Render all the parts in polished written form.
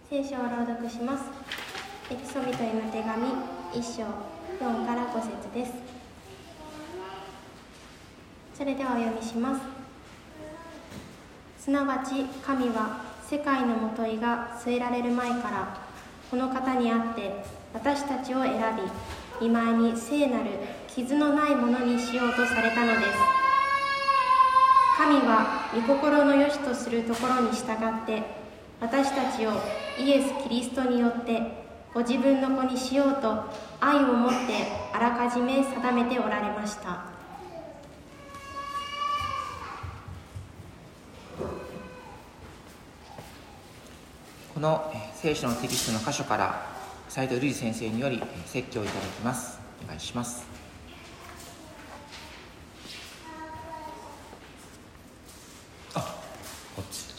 聖書を朗読します。エピソビトへの手紙1章4から5節です。それではお読みします。すなわち神は世界のもといが据えられる前からこの方にあって私たちを選び、見舞いに聖なる傷のないものにしようとされたのです。神は御心の良しとするところに従って私たちをイエス・キリストによってご自分の子にしようと愛を持ってあらかじめ定めておられました。 この聖書のテキストの箇所から斉藤瑠璃先生により説教をいただきます。お願いします。 こっち。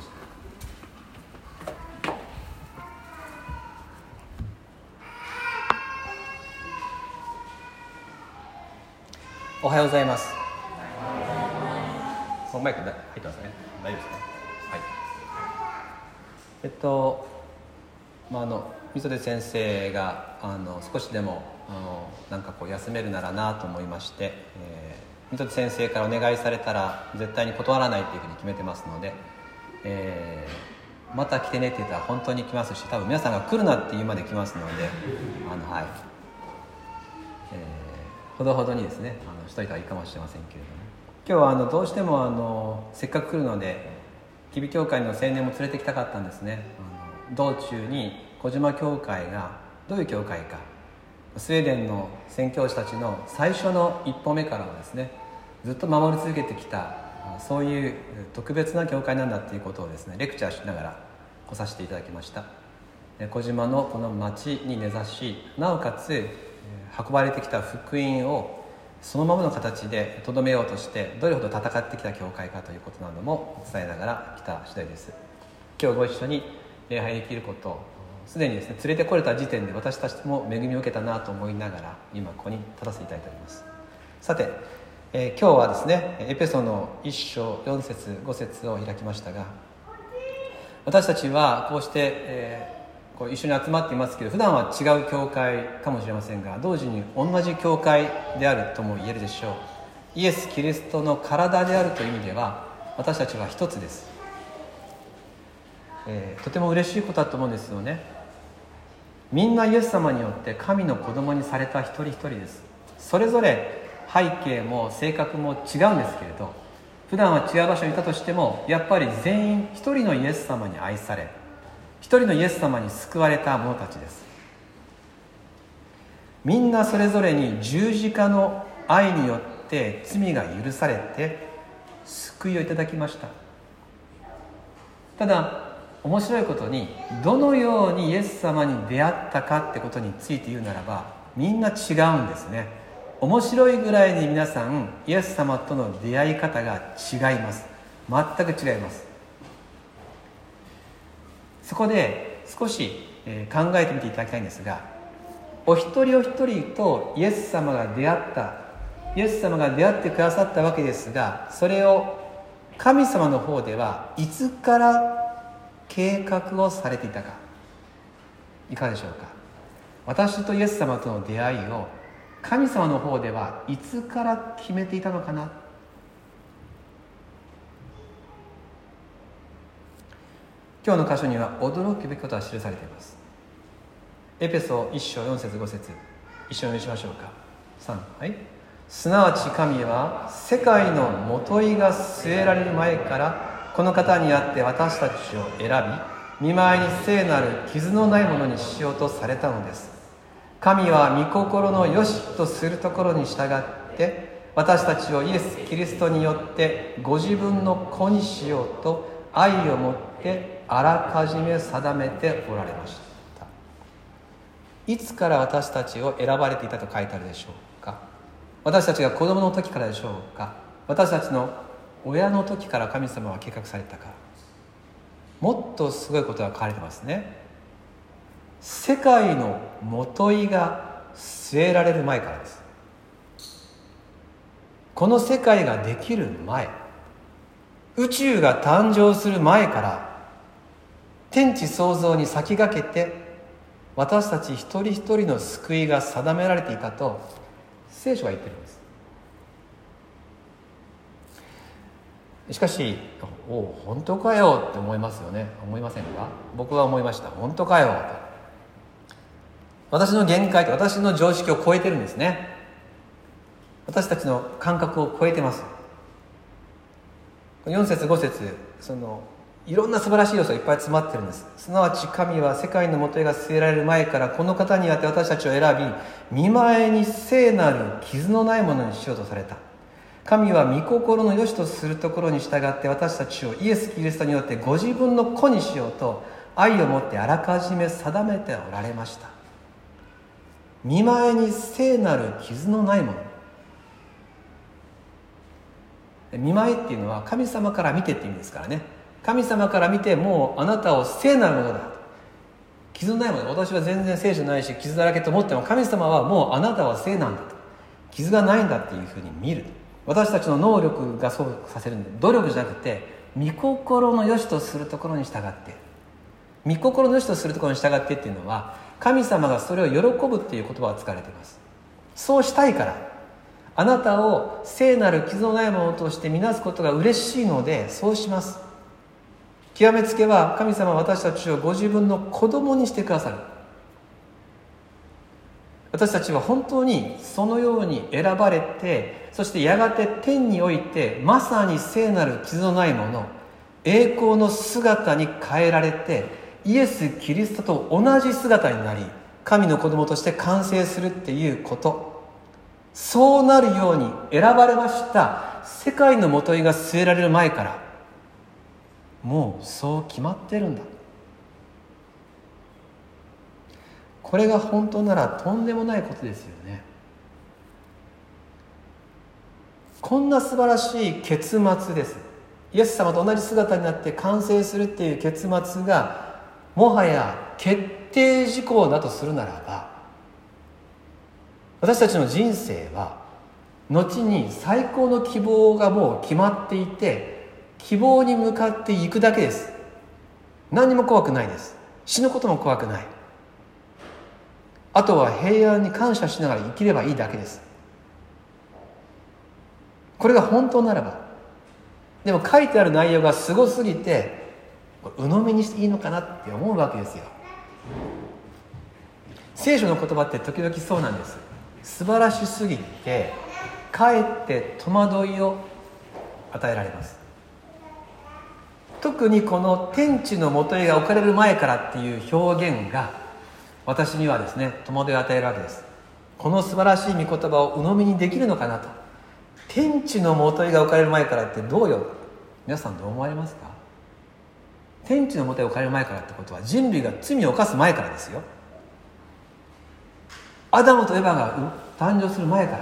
おはようございます。そのマイク入ってますね。大丈夫ですね。はい。溝出先生が少しでもなんかこう休めるならなと思いまして、溝出先生からお願いされたら絶対に断らないというふうに決めてますので、また来てねって言ったら本当に来ますし、多分皆さんが来るなって言うまで来ますので、はい、ほどほどにですねしといたらいいかもしれませんけれども、今日はどうしてもせっかく来るので吉備教会の青年も連れてきたかったんですね。道中に小島教会がどういう教会か、スウェーデンの宣教師たちの最初の一歩目からもですねずっと守り続けてきた、そういう特別な教会なんだっていうことをですねレクチャーしながら来させていただきました。小島のこの町に根ざし、なおかつ運ばれてきた福音をそのままの形でとどめようとしてどれほど戦ってきた教会かということなども伝えながら来た次第です。今日ご一緒に礼拝できることをすでにですね連れてこれた時点で私たちも恵みを受けたなと思いながら今ここに立たせていただいております。さて、今日はですねエペソの1章4節5節を開きましたが、私たちはこうして、こう一緒に集まっていますけど、普段は違う教会かもしれませんが同時に同じ教会であるとも言えるでしょう。イエス・キリストの体であるという意味では私たちは一つです。とても嬉しいことだと思うんですよね。みんなイエス様によって神の子供にされた一人一人です。それぞれ背景も性格も違うんですけれど、普段は違う場所にいたとしてもやっぱり全員一人のイエス様に愛され、一人のイエス様に救われた者たちです。みんなそれぞれに十字架の愛によって罪が許されて救いをいただきました。ただ面白いことに、どのようにイエス様に出会ったかってことについて言うならばみんな違うんですね。面白いぐらいに皆さんイエス様との出会い方が違います。全く違います。そこで少し考えてみていただきたいんですが、お一人お一人とイエス様が出会った、イエス様が出会ってくださったわけですが、それを神様の方ではいつから計画をされていたか、いかがでしょうか。私とイエス様との出会いを神様の方ではいつから決めていたのかな。今日の箇所には驚くべきことが記されています。エペソ1章4節5節一緒に読みしましょうか。3、はい。すなわち神は世界のもといが据えられる前からこの方にあって私たちを選び、見舞いに聖なる傷のないものにしようとされたのです。神は御心の良しとするところに従って私たちをイエス・キリストによってご自分の子にしようと愛を持ってあらかじめ定めておられました。いつから私たちを選ばれていたと書いてあるでしょうか。私たちが子供の時からでしょうか。私たちの親の時から神様は計画されたか。もっとすごいことが書かれてますね。世界のもといが据えられる前からです。この世界ができる前、宇宙が誕生する前から天地創造に先駆けて私たち一人一人の救いが定められていたと聖書は言ってるんです。しかし、本当かよって思いますよね。思いませんか？僕は思いました。本当かよと。私の限界と私の常識を超えてるんですね。私たちの感覚を超えてます。4節5節いろんな素晴らしい要素がいっぱい詰まってるんです。すなわち神は世界のもとへが据えられる前からこの方にあって私たちを選び、御前に聖なる傷のないものにしようとされた。神は御心の良しとするところに従って私たちをイエス・キリストによってご自分の子にしようと愛をもってあらかじめ定めておられました。御前に聖なる傷のないもの。御前っていうのは神様から見てって意味ですからね。神様から見てもうあなたを聖なるものだ、傷のないもの、私は全然聖じゃないし傷だらけと思っても神様はもうあなたは聖なんだと、傷がないんだっていうふうに見る。私たちの能力がそうさせるんで、努力じゃなくて御心の良しとするところに従って、御心の良しとするところに従ってっていうのは神様がそれを喜ぶっていう言葉が使われています。そうしたいから、あなたを聖なる傷のないものとして見なすことが嬉しいのでそうします。極めつけは神様は私たちをご自分の子供にしてくださる。私たちは本当にそのように選ばれて、そしてやがて天においてまさに聖なる傷のないもの、栄光の姿に変えられてイエス・キリストと同じ姿になり神の子供として完成するっていうこと、そうなるように選ばれました。世界のもといが据えられる前からもうそう決まってるんだ。これが本当ならとんでもないことですよね。こんな素晴らしい結末です。イエス様と同じ姿になって完成するっていう結末がもはや決定事項だとするならば、私たちの人生は後に最高の希望がもう決まっていて、希望に向かっていくだけです。何にも怖くないです。死ぬことも怖くない。あとは平安に感謝しながら生きればいいだけです。これが本当ならば。でも書いてある内容がすごすぎて鵜呑みにしていいのかなって思うわけですよ。聖書の言葉って時々そうなんです。素晴らしすぎてかえって戸惑いを与えられます。特にこの天地のもとへが置かれる前からっていう表現が私にはですね、戸惑いを与えるわけです。この素晴らしい御言葉を鵜呑みにできるのかなと。天地のもとへが置かれる前からってどうよ、皆さんどう思われますか？天地のもとへ置かれる前からってことは人類が罪を犯す前からですよ。アダムとエバが誕生する前から、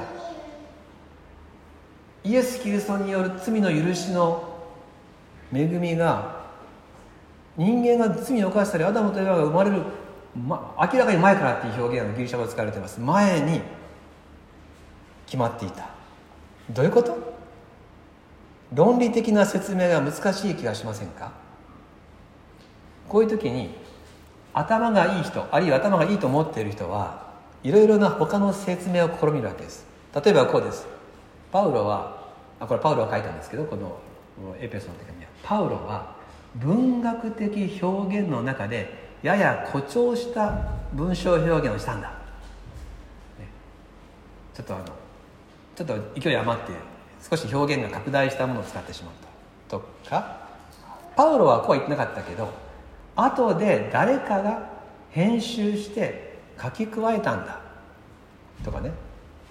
イエス・キリストによる罪の許しの恵みが、人間が罪を犯したりアダムとエバが生まれる、明らかに前からっていう表現がギリシャ語で使われています。前に決まっていた。どういうこと？論理的な説明が難しい気がしませんか？こういう時に頭がいい人、あるいは頭がいいと思っている人はいろいろな他の説明を試みるわけです。例えばこうです。パウロはこれパウロが書いたんですけど、このエペソの手紙はパウロは文学的表現の中でやや誇張した文章表現をしたんだ、ちょっと勢い余って少し表現が拡大したものを使ってしまったとか、パウロはこうは言ってなかったけど後で誰かが編集して書き加えたんだとかね、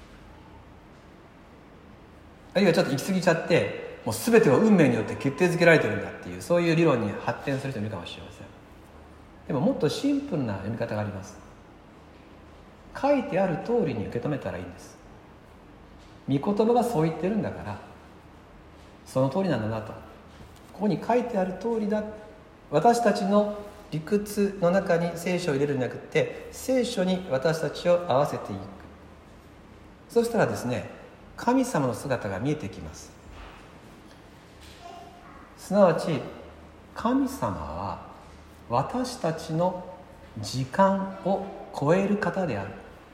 あるいはちょっと行き過ぎちゃってもう全ては運命によって決定づけられてるんだっていう、そういう理論に発展する人もいるかもしれません。でももっとシンプルな読み方があります。書いてある通りに受け止めたらいいんです。御言葉がそう言ってるんだからその通りなんだなと、ここに書いてある通りだ。私たちの理屈の中に聖書を入れるんじゃなくて聖書に私たちを合わせていく。そしたらですね、神様の姿が見えてきます。すなわち神様は私たちの時間を超える方である。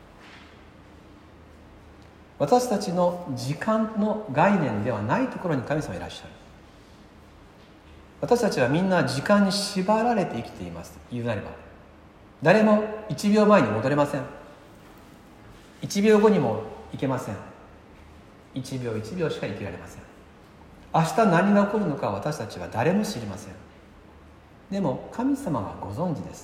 私たちの時間の概念ではないところに神様いらっしゃる。私たちはみんな時間に縛られて生きています。言うなれば誰も1秒前に戻れません。1秒後にも行けません。1秒1秒しか生きられません。明日何が起こるのか私たちは誰も知りません。でも神様はご存知です。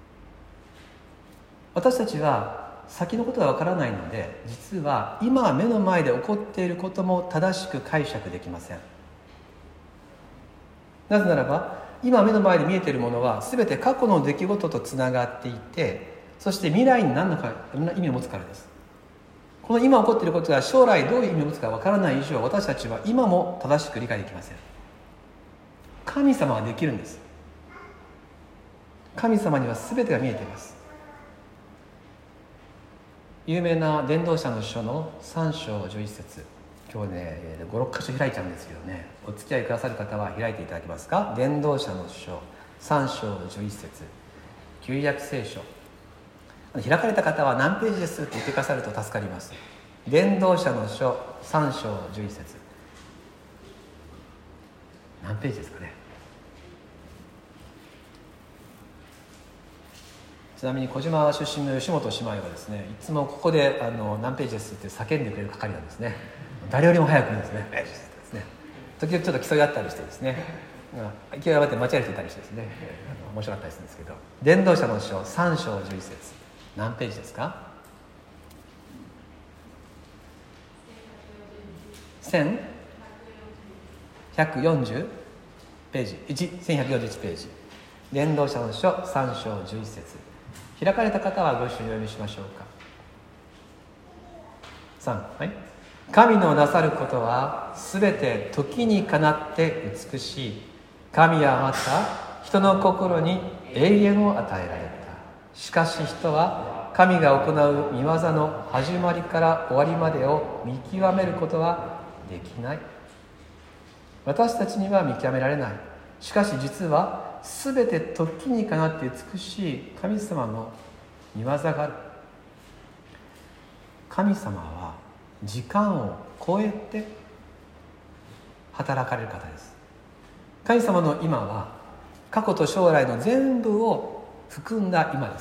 私たちは先のことは分からないので、実は今目の前で起こっていることも正しく解釈できません。なぜならば今目の前で見えているものは全て過去の出来事とつながっていて、そして未来に何らかの意味を持つからです。この今起こっていることが将来どういう意味を持つか分からない以上、私たちは今も正しく理解できません。神様はできるんです。神様には全てが見えています。有名な伝道者の書の3章11節、今日ね 5,6 箇所開いちゃうんですけどね、お付き合いくださる方は開いていただけますか。伝道者の書3章11節、旧約聖書。開かれた方は何ページですって言ってくださると助かります。伝道者の書3章11節、何ページですかね。ちなみに小島出身の吉本姉妹はですね、いつもここで何ページですって叫んでくれる係なんですね。誰よりも早く言うんですね。ですね、時々ちょっと競い合ったりしてですね、勢い余って間違えていたりしてですね、面白かったりするんですけど、伝道者の書3章11節、何ページですか。1140ページ、1141ページ、伝道者の書3章11節。開かれた方はご一緒にお読みしましょうか。3、はい。神のなさることはすべて時にかなって美しい。神はまた人の心に永遠を与えられた。しかし人は神が行う御業の始まりから終わりまでを見極めることはできない。私たちには見極められない。しかし実はすべて時にかなって美しい神様の御業がある。神様は時間を超えて働かれる方です。神様の今は過去と将来の全部を含んだ今です。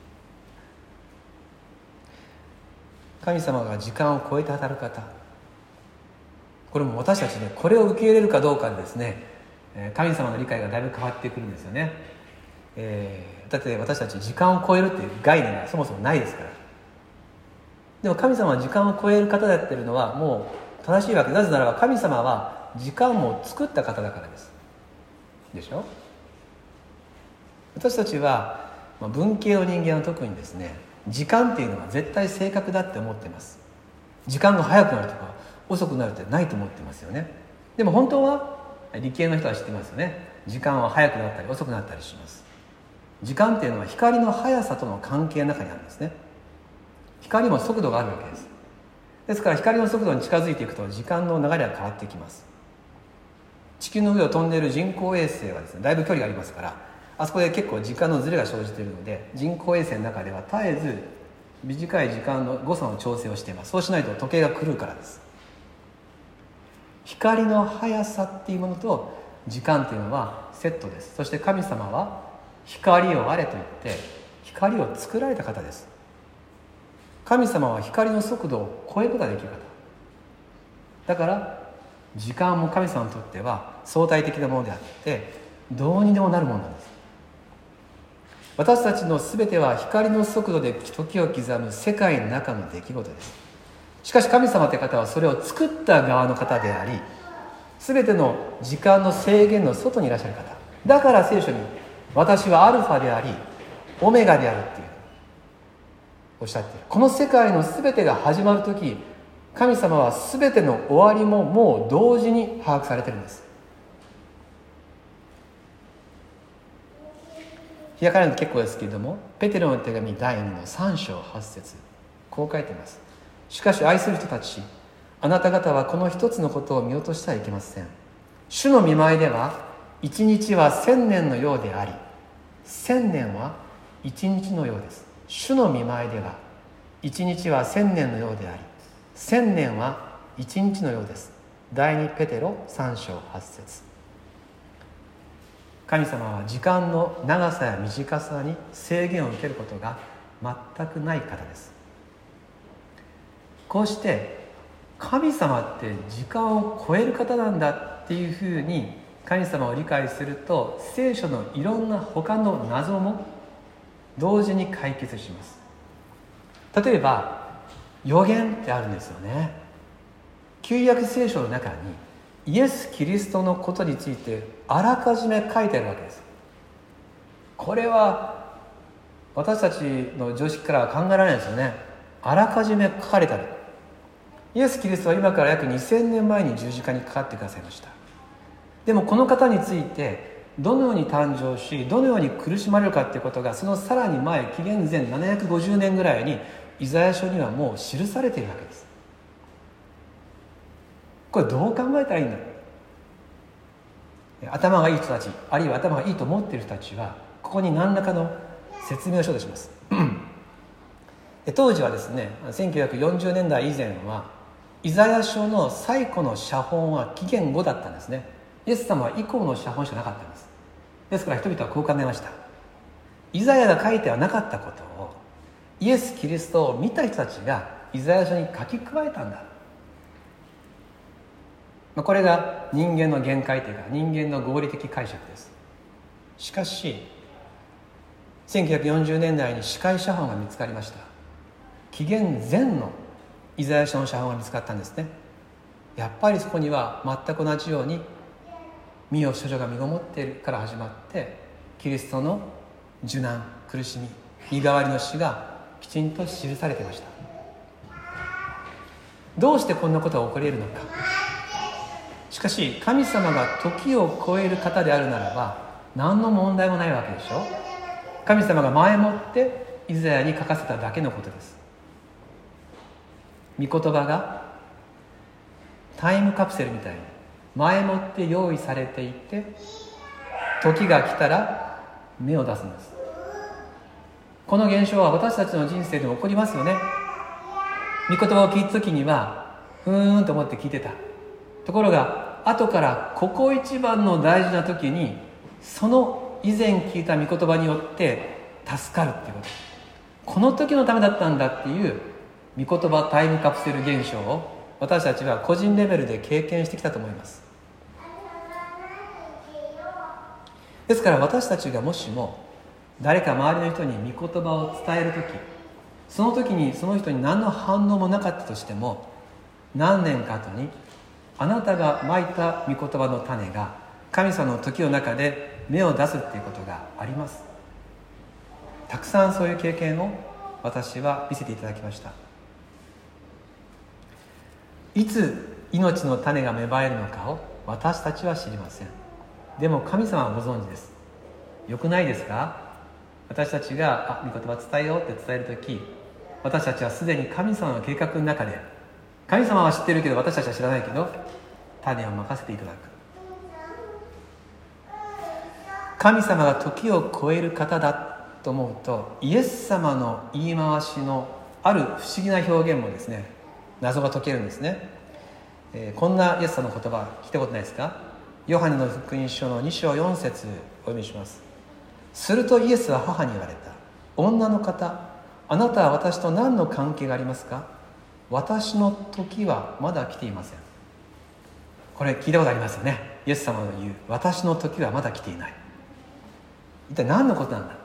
神様が時間を超えて働く方、これも私たちね、これを受け入れるかどうかでですね、神様の理解がだいぶ変わってくるんですよね。だって私たち時間を超えるっていう概念がそもそもないですから。でも神様は時間を超える方だっていうのはもう正しいわけ。なぜならば神様は時間を作った方だからです。でしょ。私たちは文系の人間は特にですね、時間っていうのは絶対正確だって思っています。時間が早くなるとか遅くなるってないと思ってますよね。でも本当は理系の人は知ってますよね。時間は早くなったり遅くなったりします。時間っていうのは光の速さとの関係の中にあるんですね。光も速度があるわけです。ですから光の速度に近づいていくと時間の流れは変わってきます。地球の上を飛んでいる人工衛星はですね、だいぶ距離がありますから、あそこで結構時間のズレが生じているので、人工衛星の中では絶えず短い時間の誤差の調整をしています。そうしないと時計が狂うからです。光の速さっていうものと時間っていうのはセットです。そして神様は光をあれと言って光を作られた方です。神様は光の速度を超えることができる方だから、時間も神様にとっては相対的なものであってどうにでもなるものなんです。私たちの全ては光の速度で時を刻む世界の中の出来事です。しかし神様という方はそれを作った側の方であり、全ての時間の制限の外にいらっしゃる方だから聖書に私はアルファでありオメガであるっていうおっしゃっている。この世界の全てが始まるとき、神様は全ての終わりももう同時に把握されているんです。開かれるの結構ですけれども、ペテロの手紙第2の3章8節、こう書いています。しかし愛する人たち、あなた方はこの一つのことを見落としてはいけません。主の御前では一日は1000年のようであり、 1000年は一日のようです。主の御前では一日は1000年のようであり、1000年は一日のようです。第2ペテロ3章8節。神様は時間の長さや短さに制限を受けることが全くない方です。こうして神様って時間を超える方なんだっていうふうに神様を理解すると、聖書のいろんな他の謎も同時に解決します。例えば預言ってあるんですよね。旧約聖書の中にイエス・キリストのことについてあらかじめ書いてあるわけです。これは私たちの常識からは考えられないですよね。あらかじめ書かれてある。イエス・キリストは今から約2000年前に十字架にかかってくださいました。でもこの方についてどのように誕生し、どのように苦しまれるかということが、そのさらに前、紀元前750年ぐらいにイザヤ書にはもう記されているわけです。これどう考えたらいいんだろう。頭がいい人たち、あるいは頭がいいと思っている人たちはここに何らかの説明をしようとします当時はですね、1940年代以前はイザヤ書の最古の写本は紀元後だったんですね。イエス様は以降の写本しかなかったんです。ですから人々はこう考えました。イザヤが書いてはなかったことをイエス・キリストを見た人たちがイザヤ書に書き加えたんだ。これが人間の限界というか、人間の合理的解釈です。しかし1940年代に司会写本が見つかりました。紀元前のイザヤ書の写本が見つかったんですね。やっぱりそこには全く同じように、見よ処女が身ごもっているから始まって、キリストの受難、苦しみ、身代わりの死がきちんと記されていました。どうしてこんなことが起こり得るのか。しかし神様が時を超える方であるならば何の問題もないわけでしょ。神様が前もってイザヤに書かせただけのことです。御言葉がタイムカプセルみたいに前もって用意されていて、時が来たら芽を出すんです。この現象は私たちの人生でも起こりますよね。御言葉を聞いた時にはふーんと思って聞いてた。ところが後からここ一番の大事な時に、その以前聞いた御言葉によって助かるっていうこと、この時のためだったんだっていう御言葉タイムカプセル現象を私たちは個人レベルで経験してきたと思います。ですから私たちがもしも誰か周りの人に御言葉を伝える時、その時にその人に何の反応もなかったとしても、何年か後にあなたがまいた御言葉の種が神様の時の中で芽を出すっていうことがあります。たくさんそういう経験を私は見せていただきました。いつ命の種が芽生えるのかを私たちは知りません。でも神様はご存知です。よくないですか。私たちが御言葉伝えようって伝えるとき、私たちはすでに神様の計画の中で、神様は知ってるけど私たちは知らないけど、種を任せていただく。神様が時を超える方だと思うと、イエス様の言い回しのある不思議な表現もですね、謎が解けるんですね。こんなイエス様の言葉聞いたことないですか。ヨハネの福音書の2章4節お読みします。するとイエスは母に言われた。女の方、あなたは私と何の関係がありますか。私の時はまだ来ていません。これ聞いたことありますよね。イエス様の言う私の時はまだ来ていない。一体何のことなんだ。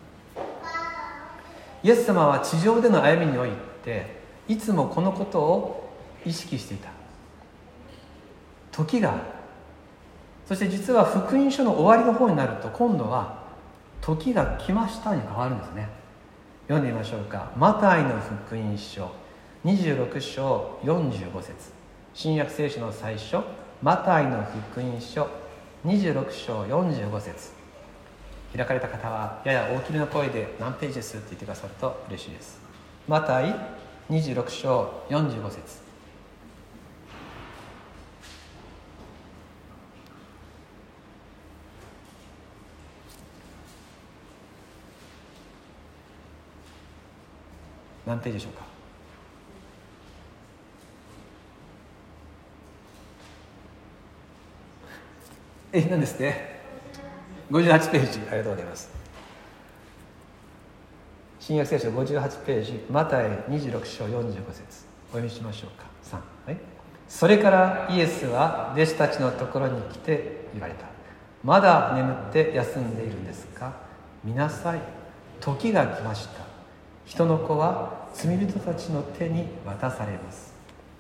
イエス様は地上での歩みにおいていつもこのことを意識していた。時がある。そして実は福音書の終わりの方になると、今度は時が来ましたに変わるんですね。読んでみましょうか。マタイの福音書26章45節、新約聖書の最初、マタイの福音書26章45節。開かれた方はやや大きな声で何ページですって言ってくださると嬉しいです。マタイ26章45節。 何ページでしょうか。なんですね。58ページ、ありがとうございます。新約聖書58ページ、マタイ26章45節、お読みしましょうか。3、はい。それからイエスは弟子たちのところに来て言われた。まだ眠って休んでいるんですか。見なさい、時が来ました。人の子は罪人たちの手に渡されます。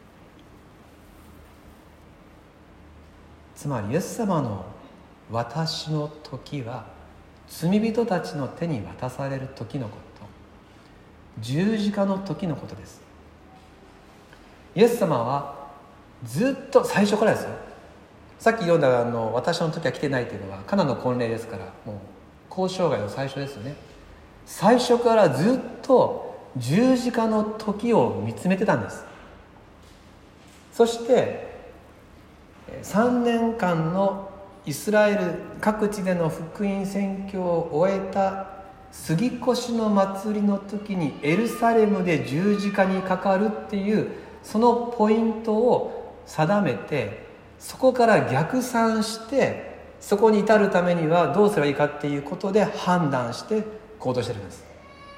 つまりイエス様の私の時は罪人たちの手に渡される時のこと、十字架の時のことです。イエス様はずっと最初からですよ。さっき読んだ私の時は来てないというのはカナの婚礼ですから、もう交渉外の最初ですよね。最初からずっと十字架の時を見つめてたんです。そして3年間のイスラエル各地での福音宣教を終えた杉越の祭りの時にエルサレムで十字架にかかるっていうそのポイントを定めて、そこから逆算してそこに至るためにはどうすればいいかっていうことで判断して行動してるんです。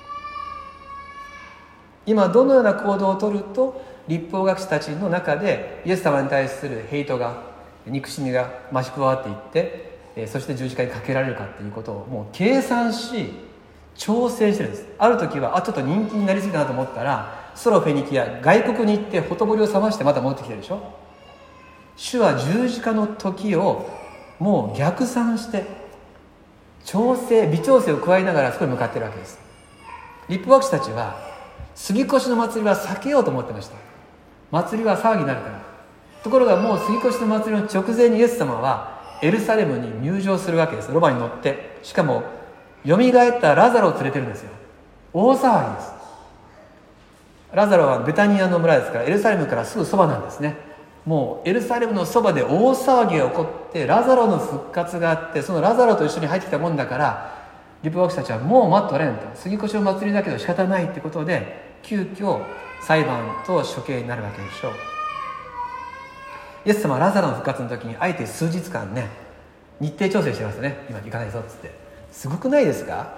今どのような行動をとると律法学士たちの中でイエス様に対するヘイトが、憎しみが増し加わっていって、そして十字架にかけられるかっていうことをもう計算し調整してるんです。ある時はちょっと人気になりすぎたなと思ったらソロフェニキア、外国に行ってほとぼりを冷ましてまた戻ってきてるでしょ。主は十字架の時をもう逆算して微調整を加えながらそこに向かっているわけです。律法学士たちは杉越の祭りは避けようと思ってました。祭りは騒ぎになるから。ところがもう杉越の祭りの直前にイエス様はエルサレムに入場するわけです。ロバに乗って、しかもよみがえったラザロを連れてるんですよ。大騒ぎです。ラザロはベタニアの村ですからエルサレムからすぐそばなんですね。もうエルサレムのそばで大騒ぎが起こってラザロの復活があって、そのラザロと一緒に入ってきたもんだから律法学士たちはもう待っとれんと、杉越の祭りだけど仕方ないってことで急遽裁判と処刑になるわけでしょう。イエス様はラザロの復活の時にあえて数日間ね日程調整してますよね。今行かないぞっつって。すごくないですか。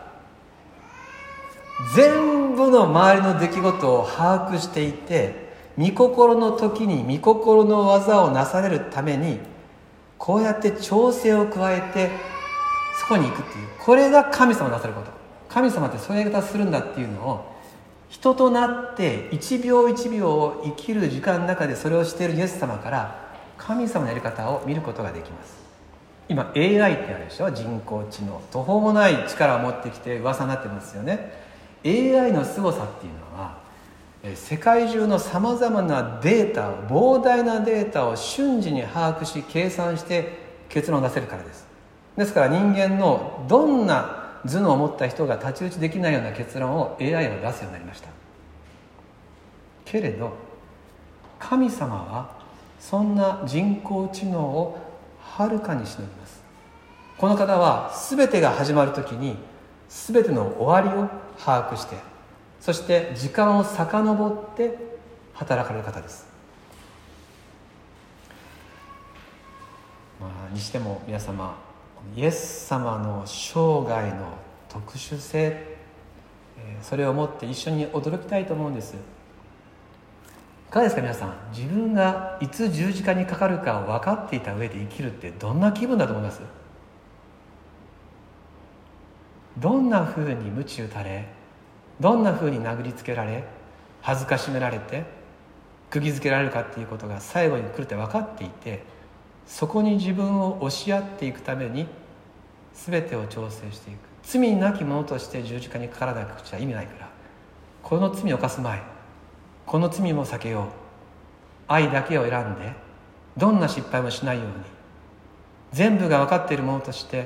全部の周りの出来事を把握していて、御心の時に御心の技をなされるためにこうやって調整を加えてそこに行くっていう、これが神様のなさること。神様ってそういうやり方するんだっていうのを人となって一秒一秒を生きる時間の中でそれをしているイエス様から神様のやり方を見ることができます。今 AI ってあるでしょ。人工知能、途方もない力を持ってきて噂になってますよね。 AI の凄さっていうのは世界中のさまざまなデータを、膨大なデータを瞬時に把握し計算して結論を出せるからです。ですから人間のどんな頭脳を持った人が太刀打ちできないような結論を AI は出すようになりました。けれど神様はそんな人工知能をはるかにしのぎます。この方は全てが始まるときに全ての終わりを把握して、そして時間を遡って働かれる方です。にしても皆様、イエス様の生涯の特殊性、それをもって一緒に驚きたいと思うんです。いかがですか皆さん。自分がいつ十字架にかかるかを分かっていた上で生きるってどんな気分だと思います？どんなふうに鞭打たれ、どんなふうに殴りつけられ、恥ずかしめられて釘付けられるかっていうことが最後に来るって分かっていて、そこに自分を押し合っていくために全てを調整していく。罪なき者として十字架にかからなくちゃ意味ないから、この罪を犯す前、この罪も避けよう、愛だけを選んでどんな失敗もしないように、全部が分かっている者として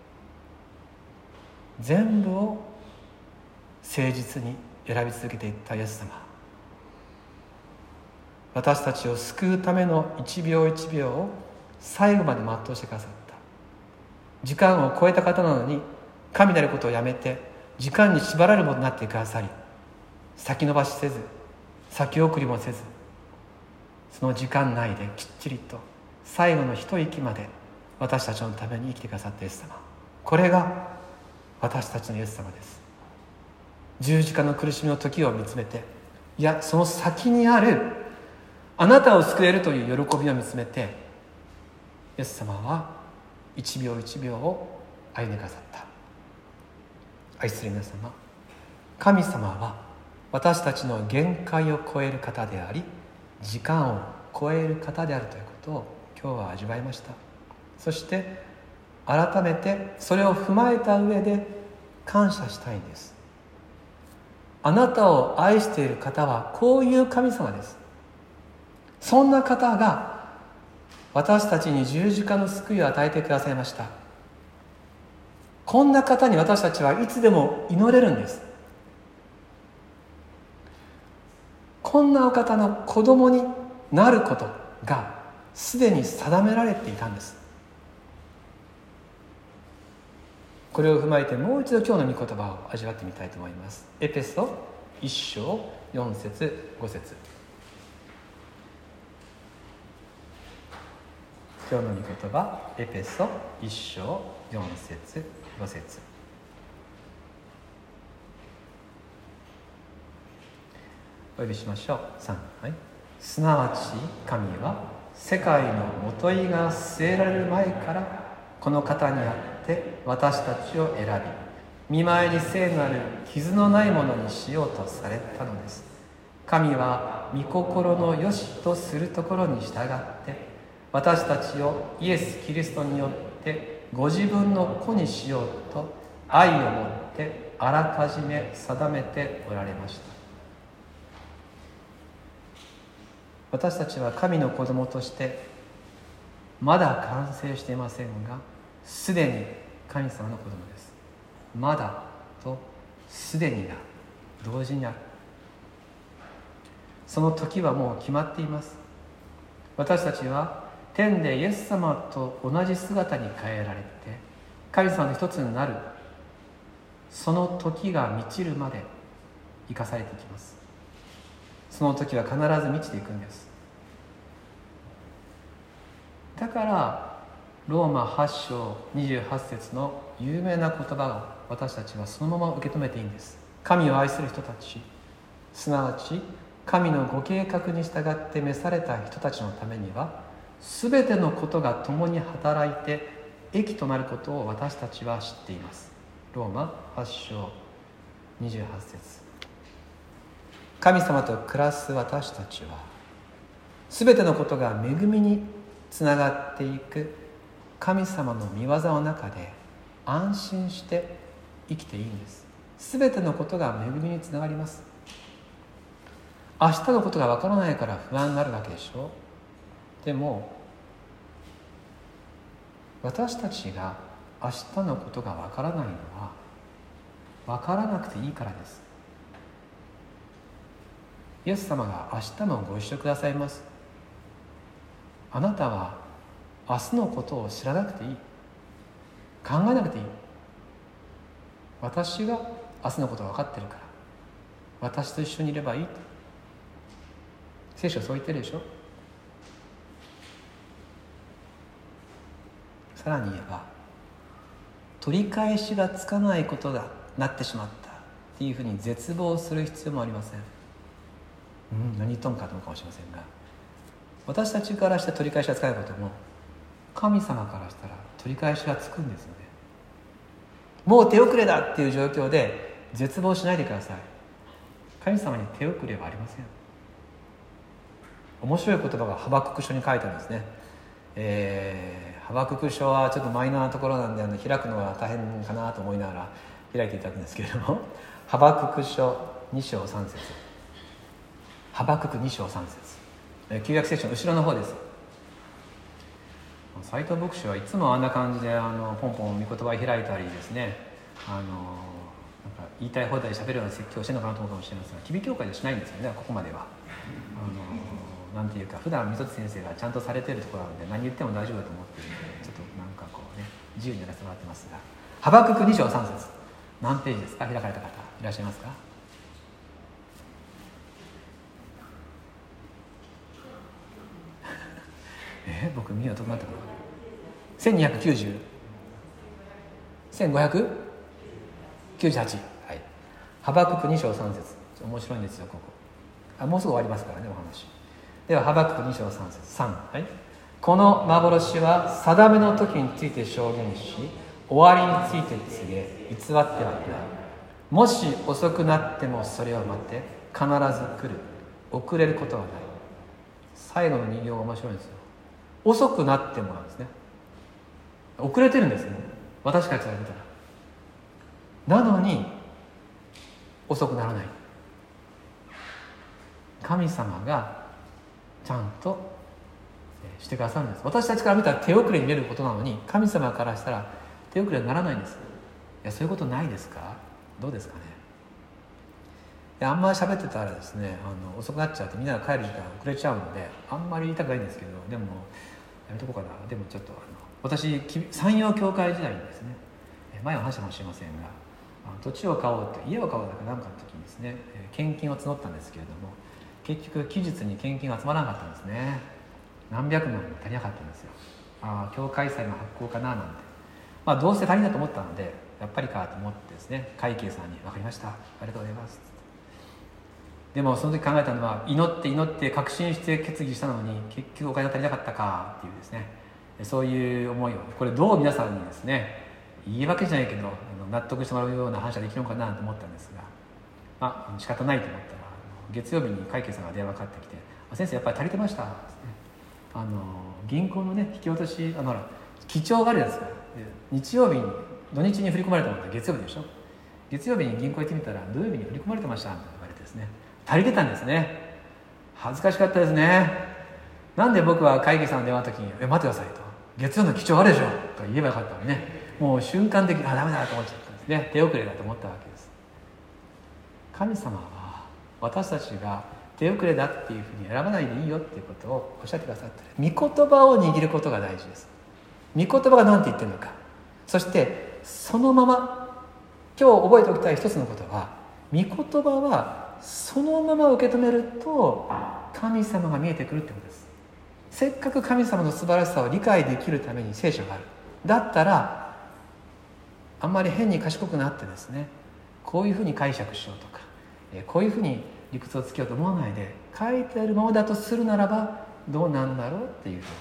全部を誠実に選び続けていったイエス様、私たちを救うための一秒一秒を最後まで全うしてくださった。時間を超えた方なのに神なることをやめて時間に縛られるものになってくださり、 先延ばしせず、先送りもせず、その時間内できっちりと最後の一息まで私たちのために生きてくださったイエス様、これが私たちのイエス様です。十字架の苦しみの時を見つめて、いやその先にあるあなたを救えるという喜びを見つめて、イエス様は一秒一秒を歩んでくださった。愛する皆様、神様は私たちの限界を超える方であり、時間を超える方であるということを今日は味わいました。そして改めてそれを踏まえた上で感謝したいんです。あなたを愛している方はこういう神様です。そんな方が私たちに十字架の救いを与えてくださいました。こんな方に私たちはいつでも祈れるんです。こんなお方の子供になることがすでに定められていたんです。これを踏まえてもう一度今日の御言葉を味わってみたいと思います。エペソ1章4節5節。今日の御言葉、エペソ1章4節5節。お呼びしましょう。3、はい。すなわち神は世界のもといが据えられる前からこの方にあって私たちを選び、見舞いに聖なる傷のないものにしようとされたのです。神は御心の良しとするところに従って私たちをイエス・キリストによってご自分の子にしようと愛をもってあらかじめ定めておられました。私たちは神の子供としてまだ完成していませんが、すでに神様の子供です。まだとすでにが同時にある。その時はもう決まっています。私たちは天でイエス様と同じ姿に変えられて神様の一つになる、その時が満ちるまで生かされていきます。その時は必ず満ちていくんです。だからローマ8章28節の有名な言葉を私たちはそのまま受け止めていいんです。神を愛する人たち、すなわち神のご計画に従って召された人たちのためには、すべてのことが共に働いて益となることを私たちは知っています。ローマ8章28節。神様と暮らす私たちは、すべてのことが恵みにつながっていく神様の御業の中で安心して生きていいんです。すべてのことが恵みにつながります。明日のことがわからないから不安になるわけでしょ。でも私たちが明日のことがわからないのはわからなくていいからです。イエス様が明日もご一緒くださいます。あなたは明日のことを知らなくていい、考えなくていい。私が明日のことが分かってるから私と一緒にいればいいと聖書はそう言ってるでしょ。さらに言えば、取り返しがつかないことがなってしまったっていうふうに絶望する必要もありません。何言っとんかと思うかもしれませんが、私たちからして取り返しがつかないことも神様からしたら取り返しがつくんですよね。もう手遅れだっていう状況で絶望しないでください。神様に手遅れはありません。面白い言葉がハバクク書に書いてあるんですね。ハバクク書はちょっとマイナーなところなんで開くのは大変かなと思いながら開いていただくんですけれども、ハバクク書2章3節。ハバクク2章3節。旧約聖書の後ろの方です。斉藤牧師はいつもあんな感じでポンポン御言葉を開いたりですね、なんか言いたい放題喋るような説教をしてるのかなと思うかもしれませんが、吉備教会でしないんですよね。ここまではなんていうか、普段溝津先生がちゃんとされているところなので何言っても大丈夫だと思っているので、ちょっとなんかこうね自由にやらせてもらってますが、ハバクク2章3節何ページですか。開かれた方いらっしゃいますか。 僕見るのどうなったかな、1290、1598、はい、ハバクク2章3節、面白いんですよここ。もうすぐ終わりますからねお話。ではハバクク2章3節3、はい、この幻は定めの時について証言し、終わりについて告げ、偽ってはいない。もし遅くなってもそれを待って、必ず来る。遅れることはない。最後の2行が面白いんですよ。遅くなってもなんですね。遅れてるんですね、私たちが見たら。なのに遅くならない。神様がちゃんとしてくださるんです。私たちから見たら手遅れに見えることなのに、神様からしたら手遅れにならないんです。いや、そういうことないですか？どうですかね。いや、あんまり喋ってたらですね、遅くなっちゃってみんなが帰る時間遅れちゃうので、あんまり言いたくないんですけど、でもやめとこうかな。でもちょっと私山陽教会時代にですね、前は話したかもしれませんが、土地を買おうって、家を買おうだか何かの時にですね、献金を募ったんですけれども、結局期日に献金が集まらなかったんですね。何百万も足りなかったんですよ。教会祭の発行かななんて、どうせ足りないと思ったので、やっぱりかと思ってですね、会計さんに「分かりました、ありがとうございます」って。でもその時考えたのは、祈って確信して決議したのに結局お金が足りなかったかっていうですね、そういう思いを、これどう皆さんにですね、言い訳じゃないけど納得してもらうような話ができるのかなと思ったんですが、仕方ないと思ったら、月曜日に会計さんが電話かかってきて「先生やっぱり足りてました」って、銀行のね引き落とし、記帳があるやつから、日曜日に土日に振り込まれたのって月曜日でしょ。月曜日に銀行行ってみたら土曜日に振り込まれてましたって言われてですね、足りてたんですね。恥ずかしかったですね。なんで僕は会計さんの電話の時に「待ってください」と「月曜の記帳あるでしょ」と言えばよかったのにね、もう瞬間的にダメだと思っちゃったんですね。手遅れだと思ったわけです。神様は私たちが手遅れだっていうふうに選ばないでいいよっていうことをおっしゃってくださってる。御言葉を握ることが大事です。御言葉が何て言ってるのか、そしてそのまま、今日覚えておきたい一つのことは、御言葉はそのまま受け止めると神様が見えてくるってことです。せっかく神様の素晴らしさを理解できるために聖書がある。だったらあんまり変に賢くなってですね、こういうふうに解釈しようとか、こういうふうに理屈をつけようと思わないで、書いてあるままだとするならばどうなんだろうっていうふうに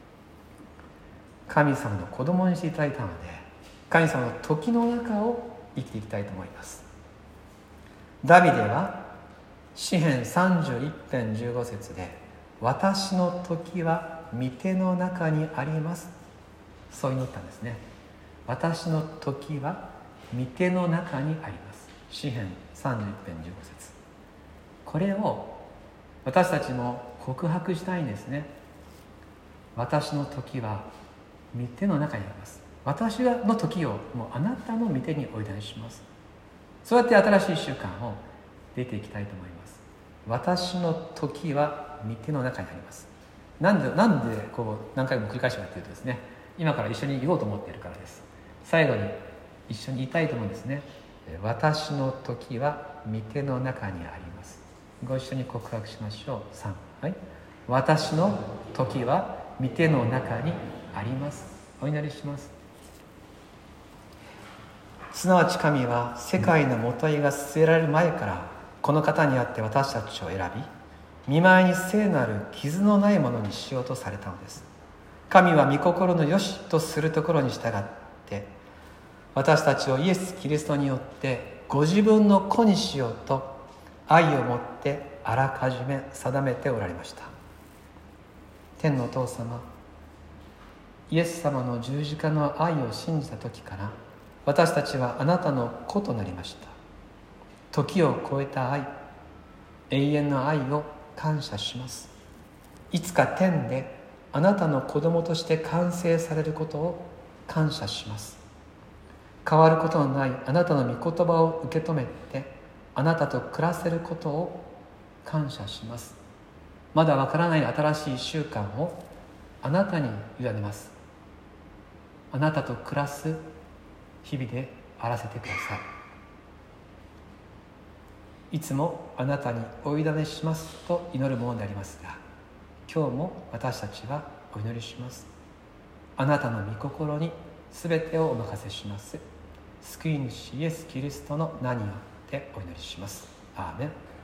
神様の子供にしていただいたので、神様の時の中を生きていきたいと思います。ダビデは詩編31編15節で「私の時は御手の中にあります」、そう祈ったんですね。私の時は御手の中にあります。詩編31編15節。これを私たちも告白したいんですね。私の時は御手の中にあります。私の時をもうあなたの御手にお委ねします。そうやって新しい習慣を出ていきたいと思います。私の時は御手の中にあります。なんでこう何回も繰り返しやっているとですね、今から一緒に言おうと思っているからです。最後に一緒に言いたいと思うんですね。私の時は御手の中にあります。ご一緒に告白しましょう。3、はい。私の時は御手の中にあります。お祈りします。すなわち神は世界のもといが据えられる前からこの方にあって私たちを選び、見舞いに聖なる傷のないものにしようとされたのです。神は御心の良しとするところに従って私たちをイエス・キリストによってご自分の子にしようと愛をもってあらかじめ定めておられました。天のお父様、イエス様の十字架の愛を信じた時から私たちはあなたの子となりました。時を超えた愛、永遠の愛を感謝します。いつか天であなたの子供として完成されることを感謝します。変わることのないあなたの御言葉を受け止めてあなたと暮らせることを感謝します。まだわからない新しい習慣をあなたに委ねます。あなたと暮らす日々であらせてください。いつもあなたにお委ねしますと祈るものでありますが、今日も私たちはお祈りします。あなたの御心にすべてをお任せします。救い主イエス・キリストの名によってお祈りします。アーメン。